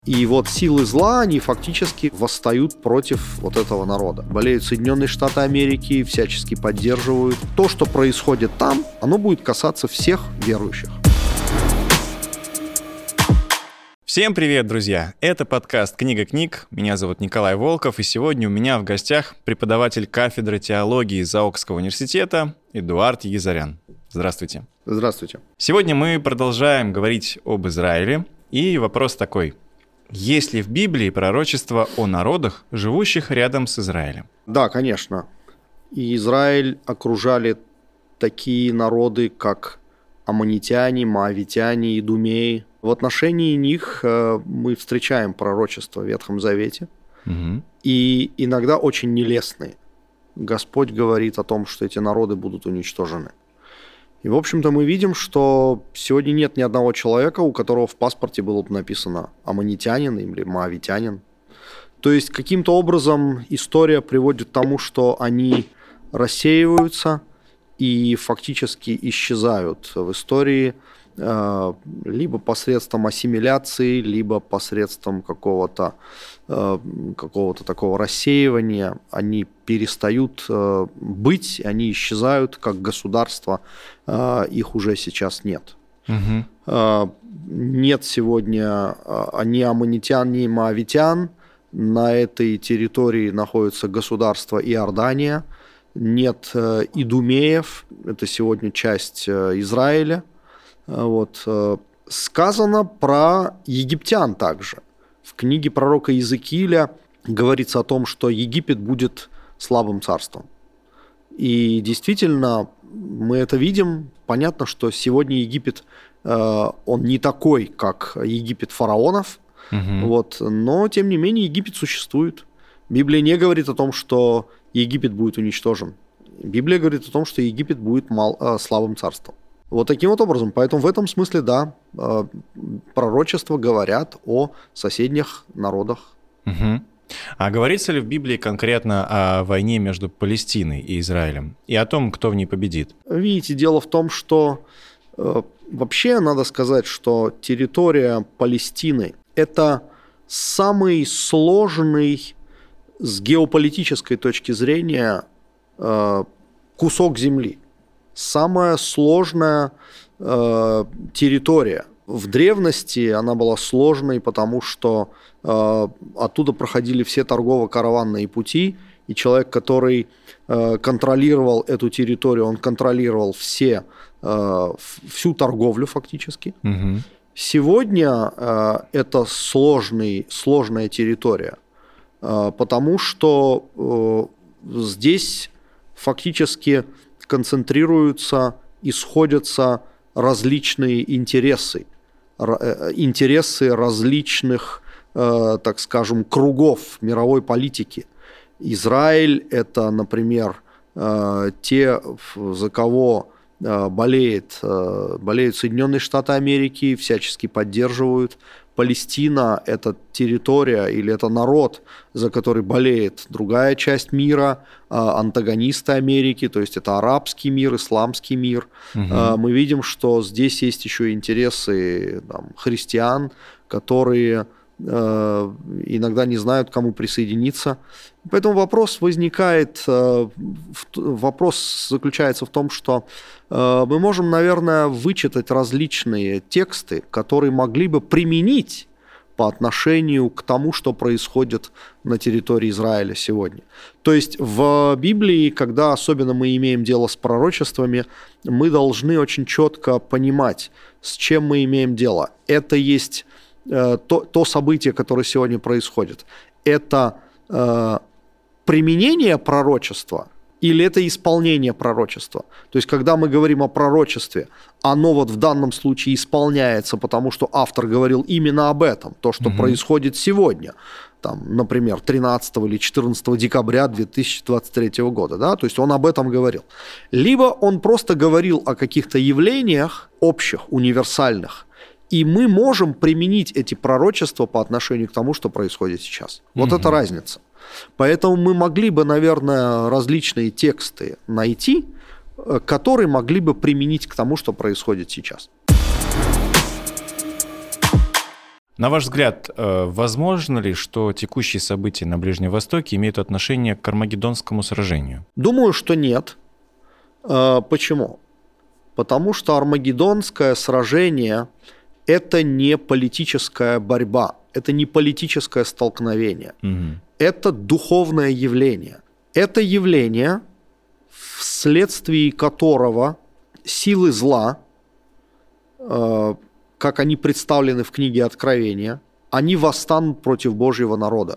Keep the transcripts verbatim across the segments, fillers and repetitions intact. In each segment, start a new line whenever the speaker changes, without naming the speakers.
И вот силы зла, они фактически восстают против вот этого народа. Болеют Соединенные Штаты Америки, всячески поддерживают. То, что происходит там, оно будет касаться всех верующих.
Всем привет, друзья! Это подкаст «Книга книг». Меня зовут Николай Волков, и сегодня у меня в гостях преподаватель кафедры теологии Заокского университета Эдуард Егизарян. Здравствуйте.
Здравствуйте.
Сегодня мы продолжаем говорить об Израиле. И вопрос такой. Есть ли в Библии пророчество о народах, живущих рядом с Израилем?
Да, конечно. И Израиль окружали такие народы, как аммонитяне, моавитяне, идумеи. В отношении них мы встречаем пророчество в Ветхом Завете, угу. И иногда очень нелестные. Господь говорит о том, что эти народы будут уничтожены. И, в общем-то, мы видим, что сегодня нет ни одного человека, у которого в паспорте было бы написано аммонитянин или моавитянин. То есть, каким-то образом история приводит к тому, что они рассеиваются и фактически исчезают в истории либо посредством ассимиляции, либо посредством какого-то, какого-то такого рассеивания. Они перестают быть, они исчезают как государство, их уже сейчас нет. Угу. Нет сегодня ни аммонитян, ни моавитян. На этой территории находится государство Иордания. Нет идумеев, это сегодня часть Израиля. Вот. Сказано про египтян также. В книге пророка Иезекииля говорится о том, что Египет будет слабым царством. И действительно, мы это видим. Понятно, что сегодня Египет, он не такой, как Египет фараонов, угу. Вот, но, тем не менее, Египет существует. Библия не говорит о том, что Египет будет уничтожен. Библия говорит о том, что Египет будет мал, слабым царством. Вот таким вот образом. Поэтому в этом смысле, да, пророчества говорят о соседних народах.
Угу. А говорится ли в Библии конкретно о войне между Палестиной и Израилем? И о том, кто в ней победит?
Видите, дело в том, что э, вообще надо сказать, что территория Палестины – это самый сложный с геополитической точки зрения э, кусок земли. Самая сложная э, территория. В древности она была сложной, потому что э, оттуда проходили все торгово-караванные пути, и человек, который э, контролировал эту территорию, он контролировал все, э, всю торговлю фактически. Угу. Сегодня э, это сложный, сложная территория, э, потому что э, здесь фактически концентрируются и сходятся различные интересы, интересы различных, так скажем, кругов мировой политики. Израиль – это, например, те, за кого болеет, болеют Соединенные Штаты Америки, всячески поддерживают. Палестина – это территория или это народ, за который болеет другая часть мира, антагонисты Америки, то есть это арабский мир, исламский мир. Угу. Мы видим, что здесь есть еще интересы там, христиан, которые иногда не знают, к кому присоединиться. Поэтому вопрос возникает, вопрос заключается в том, что мы можем, наверное, вычитать различные тексты, которые могли бы применить по отношению к тому, что происходит на территории Израиля сегодня. То есть в Библии, когда особенно мы имеем дело с пророчествами, мы должны очень четко понимать, с чем мы имеем дело. Это есть То, то событие, которое сегодня происходит, это э, применение пророчества или это исполнение пророчества? То есть, когда мы говорим о пророчестве, оно вот в данном случае исполняется, потому что автор говорил именно об этом, то, что угу. происходит сегодня, там, например, тринадцатого или четырнадцатого декабря две тысячи двадцать третьего года, да? То есть он об этом говорил. Либо он просто говорил о каких-то явлениях общих, универсальных, и мы можем применить эти пророчества по отношению к тому, что происходит сейчас. Вот угу. это разница. Поэтому мы могли бы, наверное, различные тексты найти, которые могли бы применить к тому, что происходит сейчас.
На ваш взгляд, возможно ли, что текущие события на Ближнем Востоке имеют отношение к Армагеддонскому сражению?
Думаю, что нет. Почему? Потому что Армагеддонское сражение – это не политическая борьба, это не политическое столкновение, угу. Это духовное явление. Это явление, вследствие которого силы зла, как они представлены в книге Откровения, они восстанут против Божьего народа,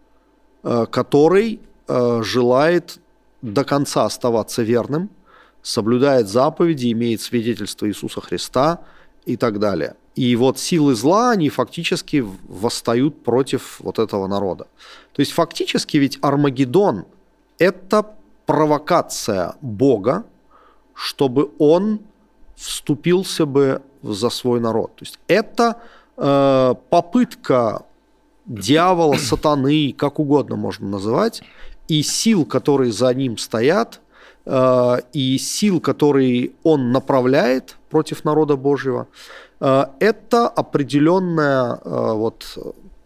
который желает до конца оставаться верным, соблюдает заповеди, имеет свидетельство Иисуса Христа и так далее. И вот силы зла, они фактически восстают против вот этого народа. То есть фактически ведь Армагеддон – это провокация Бога, чтобы он вступился бы за свой народ. То есть это э, попытка дьявола, сатаны, как угодно можно называть, и сил, которые за ним стоят, э, и сил, которые он направляет против народа Божьего, э, это определенная э, вот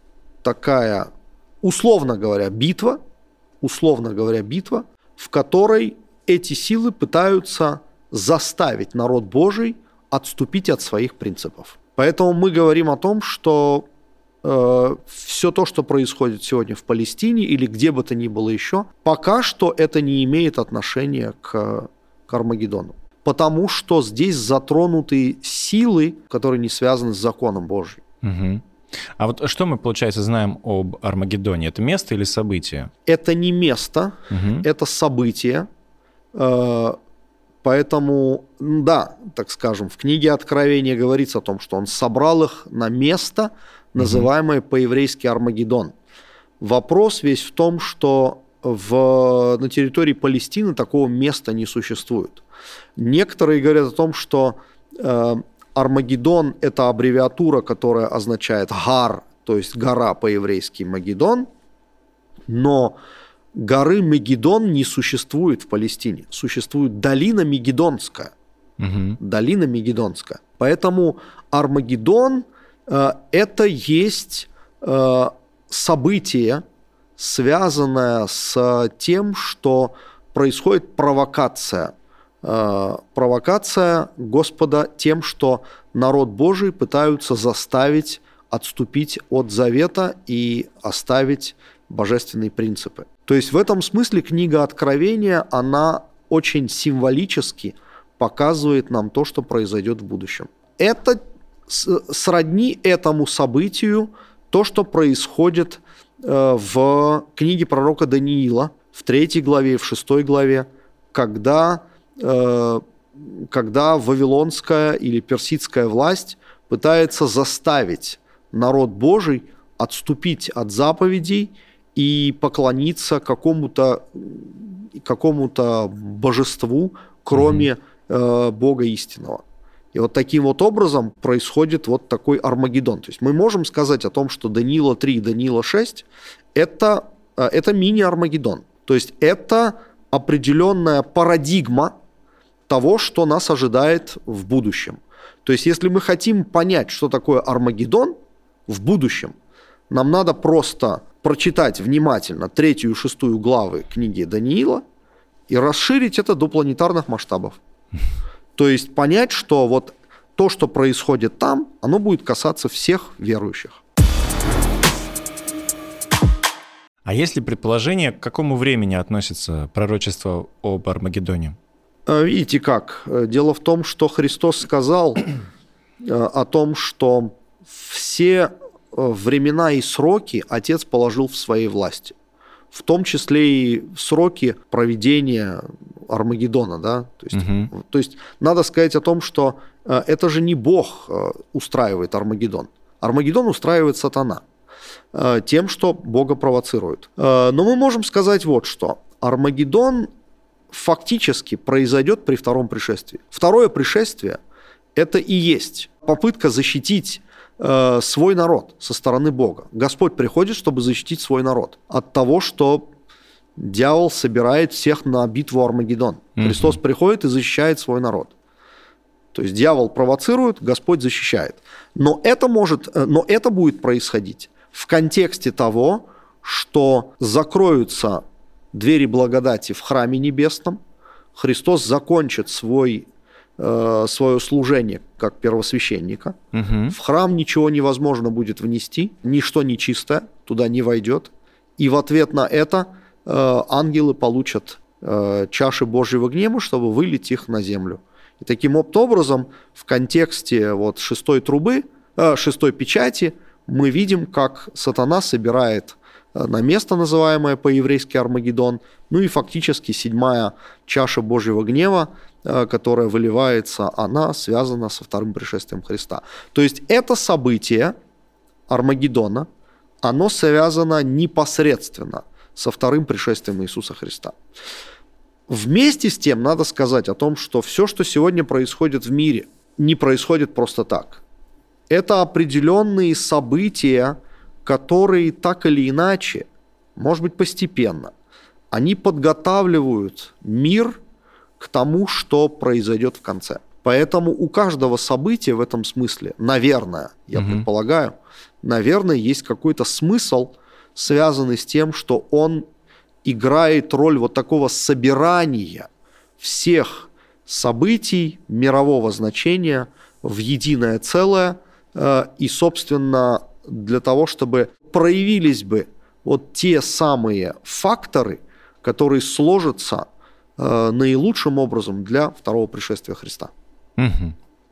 такая, условно говоря, битва, условно говоря, битва, в которой эти силы пытаются заставить народ Божий отступить от своих принципов. Поэтому мы говорим о том, что э, все то, что происходит сегодня в Палестине или где бы то ни было еще, пока что это не имеет отношения к, к Армагеддону. Потому что здесь затронуты силы, которые не связаны с законом Божьим.
Угу. А вот что мы, получается, знаем об Армагеддоне? Это место или событие?
Это не место, угу. Это событие. Э, Поэтому, да, так скажем, в книге Откровения говорится о том, что он собрал их на место, называемое по-еврейски Армагеддон. Вопрос весь в том, что в, на территории Палестины такого места не существует. Некоторые говорят о том, что э, Армагеддон – это аббревиатура, которая означает «гар», то есть «гора» по-еврейски «Магеддон», но горы Мегиддон не существует в Палестине. Существует долина Мегиддонская. Угу. Долина Мегиддонская. Поэтому Армагеддон э, – это есть э, событие, связанное с тем, что происходит провокация. Э, провокация Господа тем, что народ Божий пытаются заставить отступить от завета и оставить божественные принципы. То есть в этом смысле книга Откровения, она очень символически показывает нам то, что произойдет в будущем. Это сродни этому событию то, что происходит в книге пророка Даниила в третьей главе и в шестой главе, когда, когда вавилонская или персидская власть пытается заставить народ Божий отступить от заповедей и поклониться какому-то, какому-то божеству, кроме mm-hmm. э, Бога истинного. И вот таким вот образом происходит вот такой Армагеддон. То есть мы можем сказать о том, что Даниила три и Даниила шесть это, э, это мини-Армагеддон. То есть это определенная парадигма того, что нас ожидает в будущем. То есть если мы хотим понять, что такое Армагеддон в будущем, нам надо просто прочитать внимательно третью и шестую главы книги Даниила и расширить это до планетарных масштабов. То есть понять, что вот то, что происходит там, оно будет касаться всех верующих.
А есть ли предположение, к какому времени относится пророчество об Армагеддоне?
Видите как? Дело в том, что Христос сказал о том, что все времена и сроки Отец положил в своей власти, в том числе и сроки проведения Армагеддона. Да? То есть, угу. то есть надо сказать о том, что это же не Бог устраивает Армагеддон. Армагеддон устраивает сатана тем, что Бога провоцирует. Но мы можем сказать вот что. Армагеддон фактически произойдет при втором пришествии. Второе пришествие – это и есть попытка защитить свой народ со стороны Бога. Господь приходит, чтобы защитить свой народ от того, что дьявол собирает всех на битву Армагеддон. Mm-hmm. Христос приходит и защищает свой народ. То есть дьявол провоцирует, Господь защищает. Но это, может, но это будет происходить в контексте того, что закроются двери благодати в храме небесном, Христос закончит свой, э, свое служение как первосвященника, угу. В храм ничего невозможно будет внести, ничто нечистое туда не войдет, и в ответ на это э, ангелы получат э, чаши Божьего гнева, чтобы вылить их на землю. И таким образом в контексте вот шестой трубы, э, шестой печати мы видим, как сатана собирает на место, называемое по-еврейски Армагеддон, ну и фактически седьмая чаша Божьего гнева, которая выливается, она связана со вторым пришествием Христа. То есть это событие Армагеддона, оно связано непосредственно со вторым пришествием Иисуса Христа. Вместе с тем надо сказать о том, что все, что сегодня происходит в мире, не происходит просто так. Это определенные события, которые так или иначе, может быть постепенно, они подготавливают мир к тому, что произойдет в конце. Поэтому у каждого события в этом смысле, наверное, я угу. предполагаю, наверное, есть какой-то смысл, связанный с тем, что он играет роль вот такого собирания всех событий мирового значения в единое целое, и, собственно, для того, чтобы проявились бы вот те самые факторы, которые сложатся э, наилучшим образом для второго пришествия Христа.
Угу.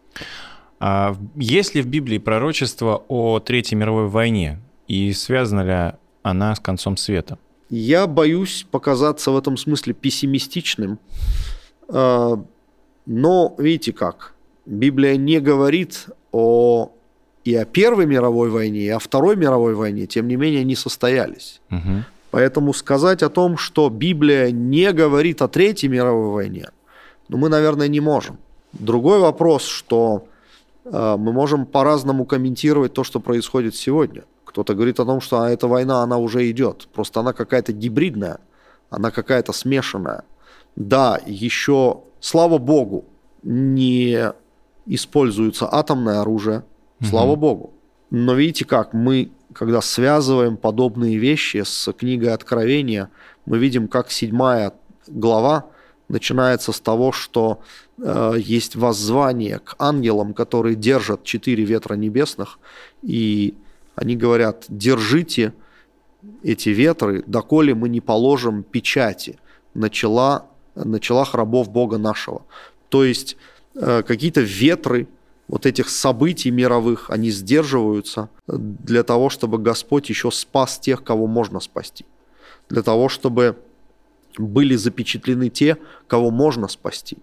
А есть ли в Библии пророчество о Третьей мировой войне? И связана ли она с концом света?
Я боюсь показаться в этом смысле пессимистичным. Э, но видите как, Библия не говорит о... и о Первой мировой войне, и о Второй мировой войне, тем не менее, не состоялись. Угу. Поэтому сказать о том, что Библия не говорит о Третьей мировой войне, ну, мы, наверное, не можем. Другой вопрос, что э, мы можем по-разному комментировать то, что происходит сегодня. Кто-то говорит о том, что а, эта война, она уже идет, просто она какая-то гибридная, она какая-то смешанная. Да, еще, слава богу, не используется атомное оружие, слава угу. Богу. Но видите как, мы, когда связываем подобные вещи с книгой Откровения, мы видим, как седьмая глава начинается с того, что э, есть воззвание к ангелам, которые держат четыре ветра небесных, и они говорят: держите эти ветры, доколе мы не положим печати на чела, на челах рабов Бога нашего. То есть э, какие-то ветры вот этих событий мировых, они сдерживаются для того, чтобы Господь еще спас тех, кого можно спасти. Для того, чтобы были запечатлены те, кого можно спасти.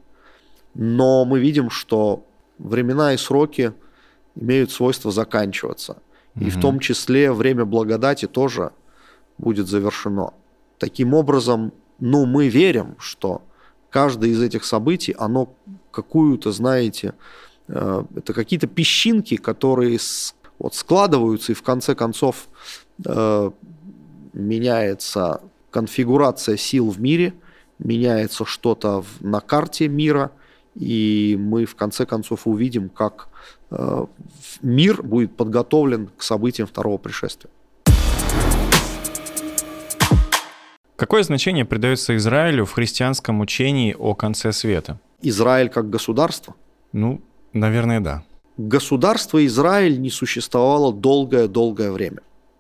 Но мы видим, что времена и сроки имеют свойство заканчиваться. И mm-hmm. в том числе время благодати тоже будет завершено. Таким образом, ну, мы верим, что каждое из этих событий, оно какую-то, знаете, это какие-то песчинки, которые вот складываются, и в конце концов э, меняется конфигурация сил в мире, меняется что-то в, на карте мира, и мы в конце концов увидим, как э, мир будет подготовлен к событиям второго пришествия.
Какое значение придается Израилю в христианском учении о конце света?
Израиль как государство?
Ну, наверное, да.
Государство Израиль не существовало долгое-долгое время.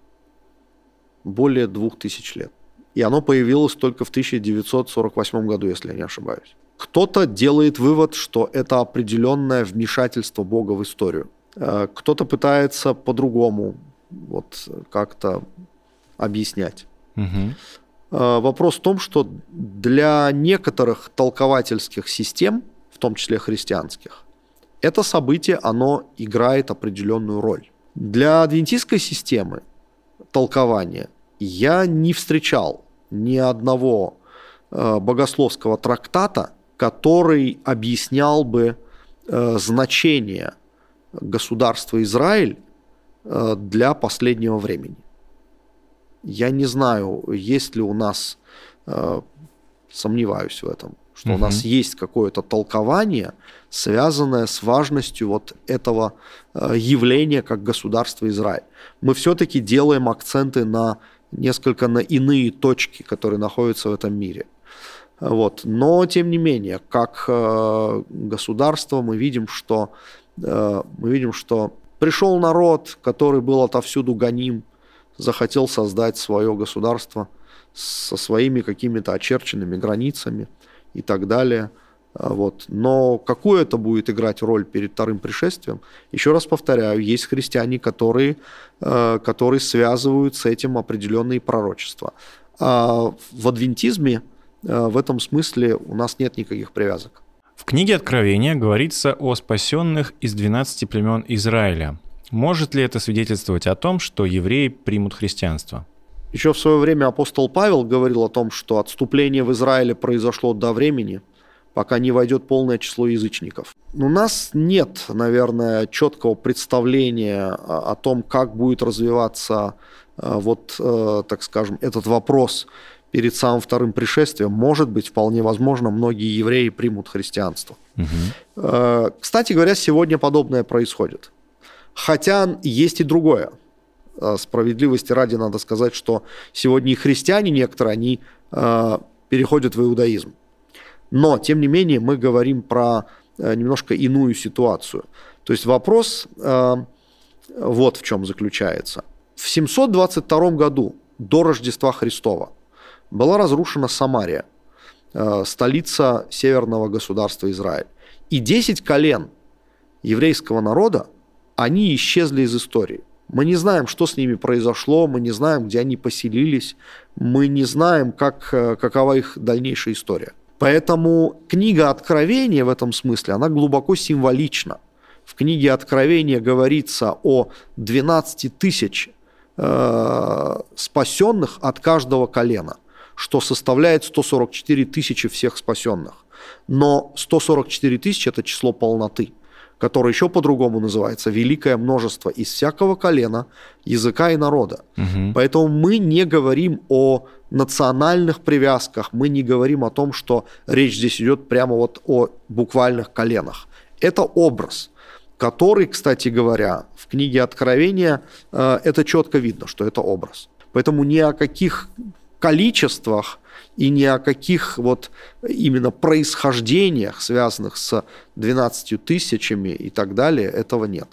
Более двух тысяч лет. И оно появилось только в тысяча девятьсот сорок восьмом году, если я не ошибаюсь. Кто-то делает вывод, что это определенное вмешательство Бога в историю. Кто-то пытается по-другому вот как-то объяснять. Угу. Вопрос в том, что для некоторых толковательских систем, в том числе христианских, это событие, оно играет определенную роль. Для адвентистской системы толкования я не встречал ни одного э, богословского трактата, который объяснял бы э, значение государства Израиль э, для последнего времени. Я не знаю, есть ли у нас, э, сомневаюсь в этом, что угу. у нас есть какое-то толкование, связанное с важностью вот этого э, явления, как государство Израиль. Мы все-таки делаем акценты на несколько на иные точки, которые находятся в этом мире. Вот. Но, тем не менее, как э, государство мы видим, что, э, мы видим, что пришел народ, который был отовсюду гоним, захотел создать свое государство со своими какими-то очерченными границами и так далее. Вот. Но какую это будет играть роль перед вторым пришествием? Еще раз повторяю, есть христиане, которые, которые связывают с этим определенные пророчества. А в адвентизме в этом смысле у нас нет никаких привязок.
В книге Откровения говорится о спасенных из двенадцати племен Израиля. Может ли это свидетельствовать о том, что евреи примут христианство?
Еще в свое время апостол Павел говорил о том, что отступление в Израиле произошло до времени, пока не войдет полное число язычников. У нас нет, наверное, четкого представления о том, как будет развиваться, вот, так скажем, этот вопрос перед самым вторым пришествием. Может быть, вполне возможно, многие евреи примут христианство. Угу. Кстати говоря, сегодня подобное происходит. Хотя есть и другое. Справедливости ради надо сказать, что сегодня и христиане некоторые, они переходят в иудаизм. Но, тем не менее, мы говорим про немножко иную ситуацию. То есть вопрос э, вот в чем заключается. В семьсот двадцать втором году, до Рождества Христова, была разрушена Самария, э, столица северного государства Израиль. И десять колен еврейского народа, они исчезли из истории. Мы не знаем, что с ними произошло, мы не знаем, где они поселились, мы не знаем, как, какова их дальнейшая история. Поэтому книга Откровения в этом смысле, она глубоко символична. В книге Откровения говорится о двенадцати тысяч э, спасенных от каждого колена, что составляет сто сорок четыре тысячи всех спасенных. Но сто сорок четыре тысячи – это число полноты, которое еще по-другому называется «великое множество из всякого колена, языка и народа». Угу. Поэтому мы не говорим о национальных привязках, мы не говорим о том, что речь здесь идет прямо вот о буквальных коленах. Это образ, который, кстати говоря, в книге Откровения э, это четко видно, что это образ. Поэтому ни о каких количествах и ни о каких вот именно происхождениях, связанных с двенадцатью тысячами и так далее, этого нет.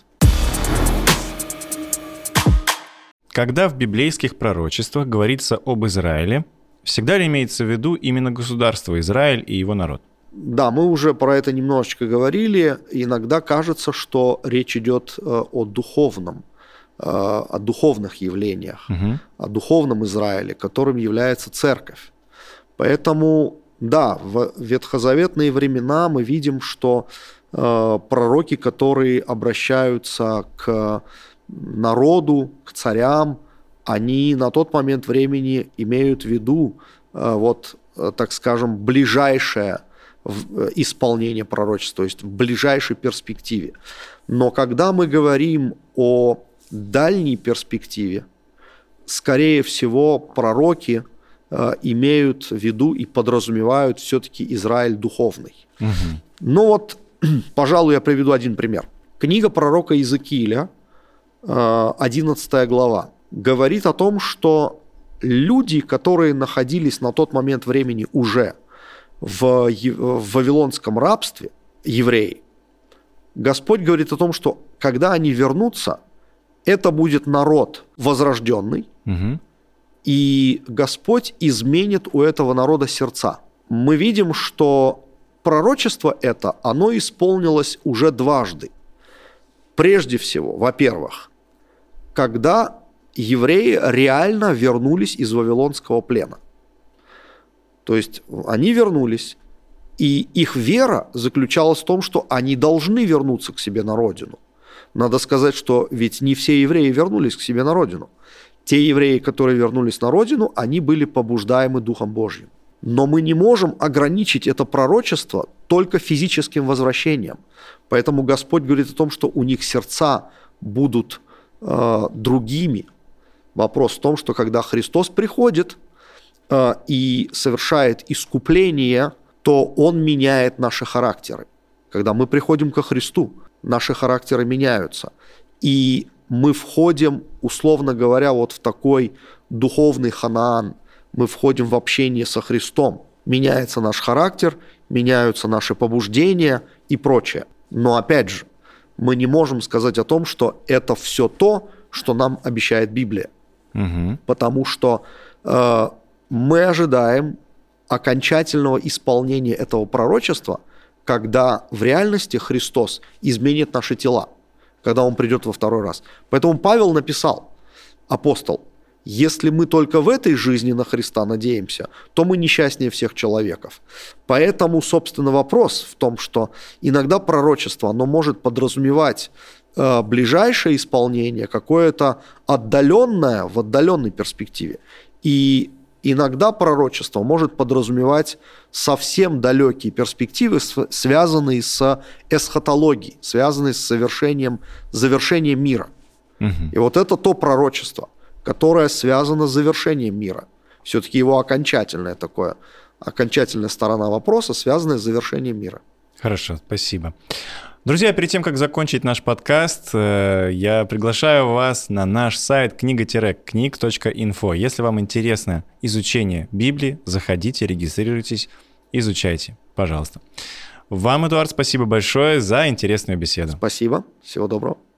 Когда в библейских пророчествах говорится об Израиле, всегда ли имеется в виду именно государство Израиль и его народ?
Да, мы уже про это немножечко говорили. Иногда кажется, что речь идет о духовном, о духовных явлениях, угу. о духовном Израиле, которым является церковь. Поэтому, да, в ветхозаветные времена мы видим, что пророки, которые обращаются к народу, к царям, они на тот момент времени имеют в виду, вот, так скажем, ближайшее исполнение пророчества, то есть в ближайшей перспективе. Но когда мы говорим о дальней перспективе, скорее всего, пророки имеют в виду и подразумевают все-таки Израиль духовный. Угу. Ну вот, пожалуй, я приведу один пример. Книга пророка Иезекииля, одиннадцатая глава, говорит о том, что люди, которые находились на тот момент времени уже в, в вавилонском рабстве, евреи, Господь говорит о том, что когда они вернутся, это будет народ возрожденный, угу. и Господь изменит у этого народа сердца. Мы видим, что пророчество это, оно исполнилось уже дважды. Прежде всего, во-первых, когда евреи реально вернулись из вавилонского плена. То есть они вернулись, и их вера заключалась в том, что они должны вернуться к себе на родину. Надо сказать, что ведь не все евреи вернулись к себе на родину. Те евреи, которые вернулись на родину, они были побуждаемы Духом Божьим. Но мы не можем ограничить это пророчество только физическим возвращением. Поэтому Господь говорит о том, что у них сердца будут э, другими. Вопрос в том, что когда Христос приходит э, и совершает искупление то Он меняет наши характеры. Когда мы приходим ко Христу, наши характеры меняются. И мы входим, условно говоря, вот в такой духовный Ханаан. Мы входим в общение со Христом. Меняется наш характер, меняются наши побуждения и прочее. Но опять же, мы не можем сказать о том, что это все то, что нам обещает Библия. Угу. Потому что э, мы ожидаем окончательного исполнения этого пророчества, когда в реальности Христос изменит наши тела, когда Он придет во второй раз. Поэтому Павел написал, апостол, если мы только в этой жизни на Христа надеемся, то мы несчастнее всех человеков. Поэтому, собственно, вопрос в том, что иногда пророчество, оно может подразумевать э, ближайшее исполнение, какое-то отдаленное, в отдаленной перспективе. И иногда пророчество может подразумевать совсем далекие перспективы, связанные с эсхатологией, связанные с совершением, завершением мира. Угу. И вот это то пророчество, которое связано с завершением мира. Все-таки его окончательная такое, окончательная сторона вопроса, связанная с завершением мира.
Хорошо, спасибо. Друзья, перед тем, как закончить наш подкаст, я приглашаю вас на наш сайт книга книг точка инфо. Если вам интересно изучение Библии, заходите, регистрируйтесь, изучайте, пожалуйста. Вам, Эдуард, спасибо большое за интересную беседу.
Спасибо, всего доброго.